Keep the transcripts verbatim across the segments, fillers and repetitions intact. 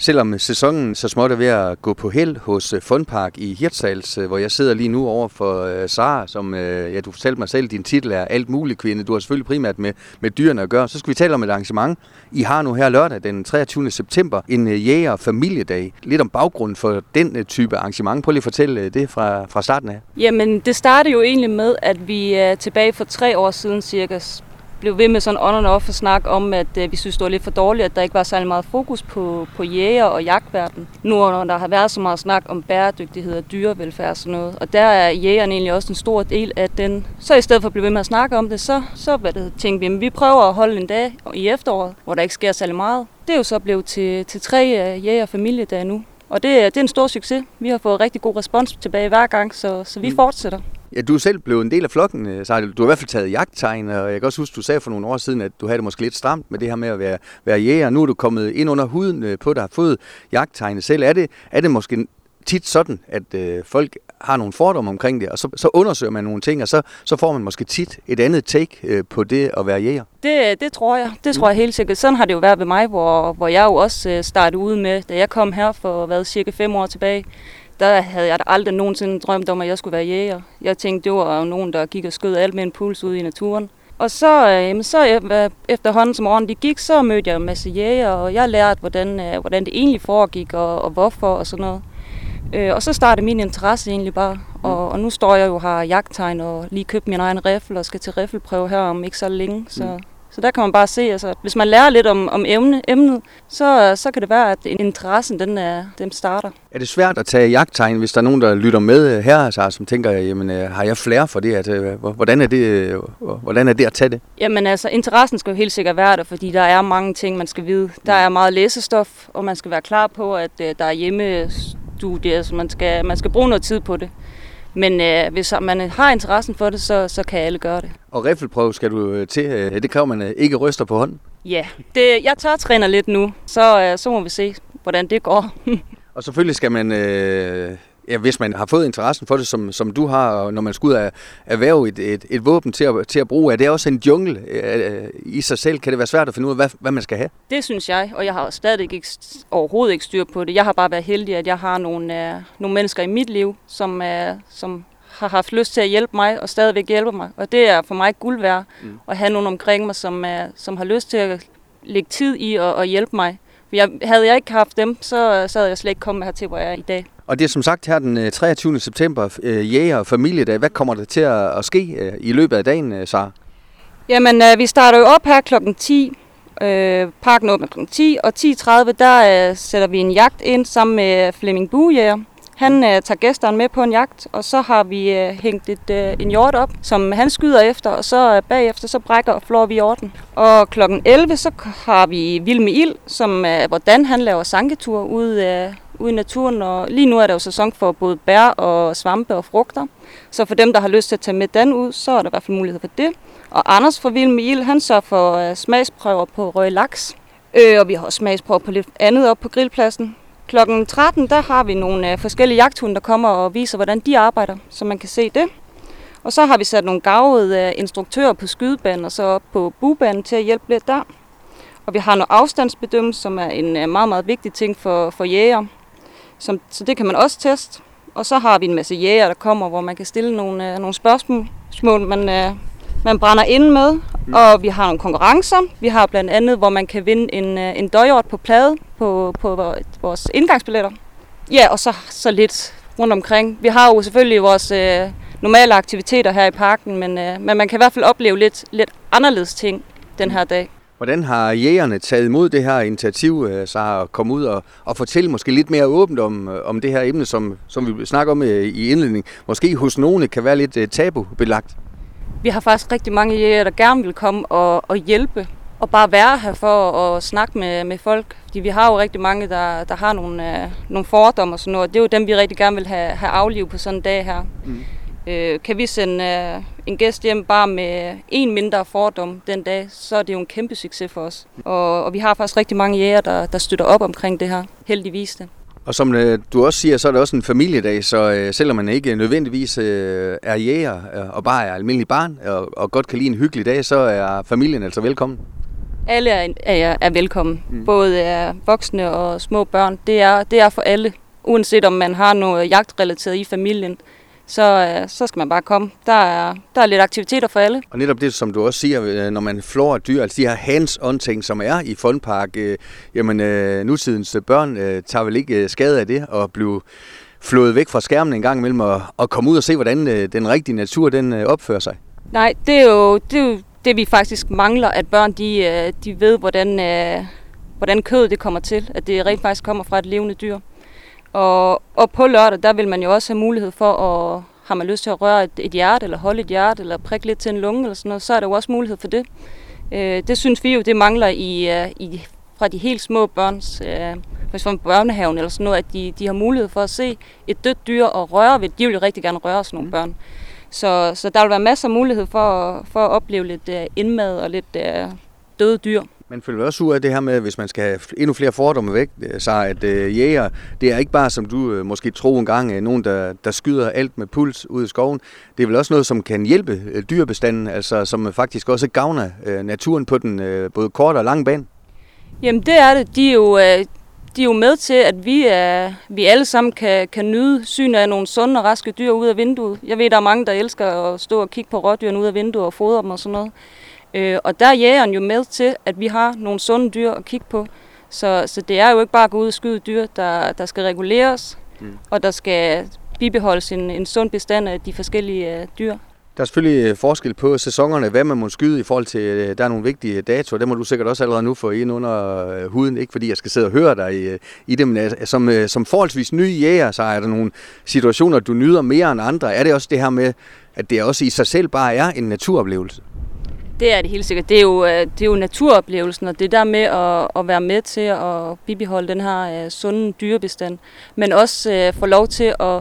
Selvom sæsonen så småt er ved at gå på held hos Funpark i Hirtshals, hvor jeg sidder lige nu over for uh, Sara, som uh, ja, du fortalte mig selv, din titel er alt muligt kvinde. Du har selvfølgelig primært med, med dyrene at gøre. Så skal vi tale om et arrangement. I har nu her lørdag den treogtyvende september en uh, jæger- familiedag. Lidt om baggrunden for den uh, type arrangement. Prøv lige at fortælle uh, det fra, fra starten af. Jamen, det startede jo egentlig med, at vi uh, tilbage for tre år siden cirka blev ved med sådan on and off og snak om, at øh, vi synes, det var lidt for dårligt, at der ikke var særlig meget fokus på, på jæger og jagtverden. Nu når der har været så meget snak om bæredygtighed og dyrevelfærd og sådan noget, og der er jægerne egentlig også en stor del af den. Så i stedet for at blive ved med at snakke om det, så, så hvad det, tænkte vi, at vi prøver at holde en dag i efteråret, hvor der ikke sker særlig meget. Det er jo så blevet til, til tre øh, jæger- og familiedage nu, og det, det er en stor succes. Vi har fået rigtig god respons tilbage hver gang, så, så vi mm. fortsætter. Ja, du er selv blevet en del af flokken, så du har i hvert fald taget jagttegn, og jeg kan også huske, du sagde for nogle år siden, at du havde det måske lidt stramt med det her med at være, være jæger. Nu er du kommet ind under huden på dig, har fået jagttegnet selv. Er det, er det måske tit sådan, at øh, folk har nogle fordomme omkring det, og så, så undersøger man nogle ting, og så, så får man måske tit et andet take øh, på det at være jæger? Det, det tror jeg. Det tror jeg helt sikkert. Sådan har det jo været ved mig, hvor, hvor jeg jo også startede ude med, da jeg kom her for hvad, cirka fem år tilbage. Der havde jeg da aldrig nogensinde drømt om, at jeg skulle være jæger. Jeg tænkte, det var jo nogen, der gik og skød alt med en puls ude i naturen. Og så, øh, så efterhånden som årene de gik, så mødte jeg en masse jæger, og jeg lærte, hvordan, øh, hvordan det egentlig foregik, og, og hvorfor og sådan noget. Øh, og så startede min interesse egentlig bare. Og, og nu står jeg jo her jagttegn og lige købt min egen riffel og skal til riffelprøve her om ikke så længe. Så, mm. så der kan man bare se, altså hvis man lærer lidt om, om emne, emnet, så, så kan det være, at interessen den, er, den starter. Er det svært at tage jagttegn, hvis der er nogen, der lytter med her, altså, som tænker, jamen, har jeg flere for det? At, hvordan, er det hvordan er det at tage det? Jamen altså, interessen skal jo helt sikkert være der, fordi der er mange ting, man skal vide. Der er meget læsestof, og man skal være klar på, at der er hjemmestudier, så man skal, man skal bruge noget tid på det. Men øh, hvis man har interessen for det, så, så kan alle gøre det. Og riffelprøve skal du til. Det kræver man ikke ryster på hånden? Ja, det, jeg tør træner lidt nu, så, øh, så må vi se, hvordan det går. Og selvfølgelig skal man, øh, ja, hvis man har fået interessen for det, som, som du har, og når man skal ud af erhverve et, et, et våben til at, til at bruge, er det også en jungle øh, i sig selv? Kan det være svært at finde ud af, hvad, hvad man skal have? Det synes jeg, og jeg har stadig ikke, overhovedet ikke styr på det. Jeg har bare været heldig, at jeg har nogle, øh, nogle mennesker i mit liv, som, øh, som har haft lyst til at hjælpe mig, og stadigvæk hjælper mig. Og det er for mig guld værd mm. at have nogen omkring mig, som, øh, som har lyst til at lægge tid i og, og hjælpe mig. For jeg, havde jeg ikke haft dem, så, så havde jeg slet ikke kommet hertil, hvor jeg er i dag. Og det er som sagt her den treogtyvende september, øh, jæger- og familiedag. Hvad kommer der til at, at ske øh, i løbet af dagen, øh, Sara? Jamen, øh, vi starter jo op her klokken ti. Øh, parken åbner klokken ti, og ti tredive, der øh, sætter vi en jagt ind sammen med Flemming Buejæger. Han øh, tager gæsterne med på en jagt, og så har vi øh, hængt et, øh, en hjort op, som han skyder efter, og så øh, bagefter så brækker og flår vi hjorten. Og klokken elleve, så har vi Vild med Ild, som øh, hvordan han laver sanketur ude, øh, ude i naturen, og lige nu er der jo sæson for både bær og svampe og frugter. Så for dem, der har lyst til at tage med den ud, så er der i hvert fald mulighed for det. Og Anders fra Vild med Ild, han så for øh, smagsprøver på røg laks, øh, og vi har også smagsprøver på lidt andet op på grillpladsen. klokken tretten, der har vi nogle øh, forskellige jagthunde, der kommer og viser, hvordan de arbejder, så man kan se det. Og så har vi sat nogle garvede øh, instruktører på skydebanen og så op på buebanen til at hjælpe lidt der. Og vi har noget afstandsbedømmelse, som er en øh, meget, meget vigtig ting for, for jæger. Som, så det kan man også teste. Og så har vi en masse jæger, der kommer, hvor man kan stille nogle, øh, nogle spørgsmål, man, øh, man brænder inde med. Mm. Og vi har nogle konkurrencer. Vi har blandt andet, hvor man kan vinde en, øh, en døjort på plade på, på vores indgangsbilletter. Ja, og så, så lidt rundt omkring. Vi har jo selvfølgelig vores øh, normale aktiviteter her i parken, men, øh, men man kan i hvert fald opleve lidt, lidt anderledes ting den her dag. Hvordan har jægerne taget imod det her initiativ, så at komme ud og, og fortælle måske lidt mere åbent om, om det her emne, som, som vi snakker om i indledning? Måske hos nogle kan være lidt tabubelagt. Vi har faktisk rigtig mange jæger, der gerne vil komme og, og hjælpe og bare være her for at snakke med, med folk. Fordi vi har jo rigtig mange, der, der har nogle, øh, nogle fordomme og sådan noget. Det er jo dem, vi rigtig gerne vil have, have aflivet på sådan en dag her. Mm. Øh, kan vi sende øh, en gæst hjem bare med en mindre fordom den dag, så er det jo en kæmpe succes for os. Og, og vi har faktisk rigtig mange jæger, der, der støtter op omkring det her. Heldigvis det. Og som øh, du også siger, så er det også en familiedag, så øh, selvom man ikke nødvendigvis øh, er jæger øh, og bare er almindelig barn og, og godt kan lide en hyggelig dag, så er familien altså velkommen. Alle er, er, er velkommen. Mm. Både er voksne og små børn. Det er, det er for alle. Uanset om man har noget jagtrelateret i familien, så, så skal man bare komme. Der er, der er lidt aktiviteter for alle. Og netop det, som du også siger, når man flår dyr, altså de her hands-on-ting, som er i Fun Park, øh, jamen øh, nutidens børn øh, tager vel ikke skade af det og blive flået væk fra skærmen en gang imellem og, og komme ud og se, hvordan øh, den rigtige natur den øh, opfører sig. Nej, det er jo det, er jo det vi faktisk mangler, at børn de, de ved, hvordan, øh, hvordan kødet det kommer til. At det rent faktisk kommer fra et levende dyr. Og, og på lørdag, der vil man jo også have mulighed for, at har man lyst til at røre et, et hjerte, eller holde et hjerte, eller prikke lidt til en lunge, eller sådan noget, så er der jo også mulighed for det. Øh, det synes vi jo, det mangler i, uh, i, fra de helt små børns, uh, for eksempel børnehaven, eller sådan noget, at de, de har mulighed for at se et dødt dyr og røre ved. De vil jo rigtig gerne røre sådan nogle børn. Så, så der vil være masser af mulighed for, for at opleve lidt uh, indmad og lidt uh, døde dyr. Man føler også ud af det her med, hvis man skal have endnu flere fordomme væk, så at øh, jæger, det er ikke bare, som du øh, måske tror en gang, øh, nogen, der, der skyder alt med puls ud i skoven. Det er vel også noget, som kan hjælpe øh, dyrebestanden, altså som faktisk også gavner øh, naturen på den øh, både kort og lang bane. Jamen det er det. De er jo, øh, de er jo med til, at vi, er, vi alle sammen kan, kan nyde synet af nogle sunde og raske dyr ud af vinduet. Jeg ved, der er mange, der elsker at stå og kigge på rådyrene ud af vinduet og fodre dem og sådan noget. Øh, og der er jægeren jo med til, at vi har nogle sunde dyr at kigge på. Så, så det er jo ikke bare at gå ud og skyde dyr, der, der skal reguleres, mm. og der skal bibeholdes en, en sund bestand af de forskellige uh, dyr. Der er selvfølgelig forskel på sæsonerne, hvad man må skyde i forhold til, der er nogle vigtige datoer. Det må du sikkert også allerede nu få ind under huden, ikke fordi jeg skal sidde og høre dig i, i det, men som, som forholdsvis nye jæger, så er der nogle situationer, du nyder mere end andre. Er det også det her med, at det også i sig selv bare er en naturoplevelse? Det er det helt sikkert. Det er jo, det er jo naturoplevelsen, og det der med at, at være med til at bibeholde den her uh, sunde dyrebestand, men også uh, få lov til at,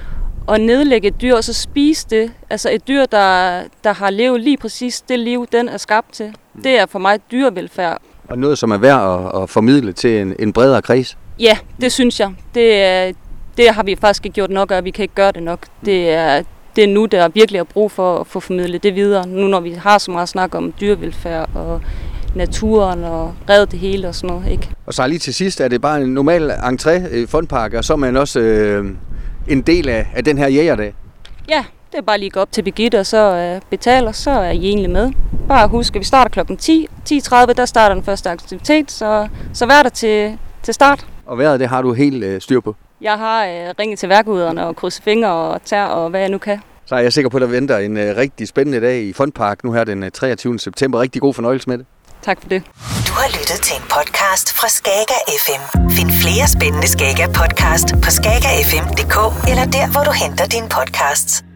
at nedlægge et dyr og så spise det. Altså et dyr, der, der har levet lige præcis det liv, den er skabt til. Det er for mig dyrevelfærd. Og noget, som er værd at, at formidle til en, en bredere kreds? Ja, det synes jeg. Det, det har vi faktisk ikke gjort nok af, vi kan ikke gøre det nok. Det er Det er nu, der virkelig er brug for at få formidlet det videre. Nu når vi har så meget snak om dyrevelfærd og naturen og redde det hele og sådan noget, ikke? Og så lige til sidst, er det bare en normal entré i Fun Park, og så er man også øh, en del af, af den her jægerdag? Ja, det er bare lige at gå op til Birgitte og så øh, betale, så er I egentlig med. Bare husk, at vi starter klokken ti. ti tredive, der starter den første aktivitet, så, så vær der til, til start. Og vejret, det har du helt øh, styr på? Jeg har øh, ringet til værkuderne og krydset fingre og tær og hvad jeg nu kan. Så er jeg sikker på, at der venter en øh, rigtig spændende dag i Fun Park nu her den treogtyvende september. Rigtig god fornøjelse med det. Tak for det. Du har lyttet til en podcast fra Skager F M. Find flere spændende Skager podcast på skager f m punktum d k eller der, hvor du henter dine podcasts.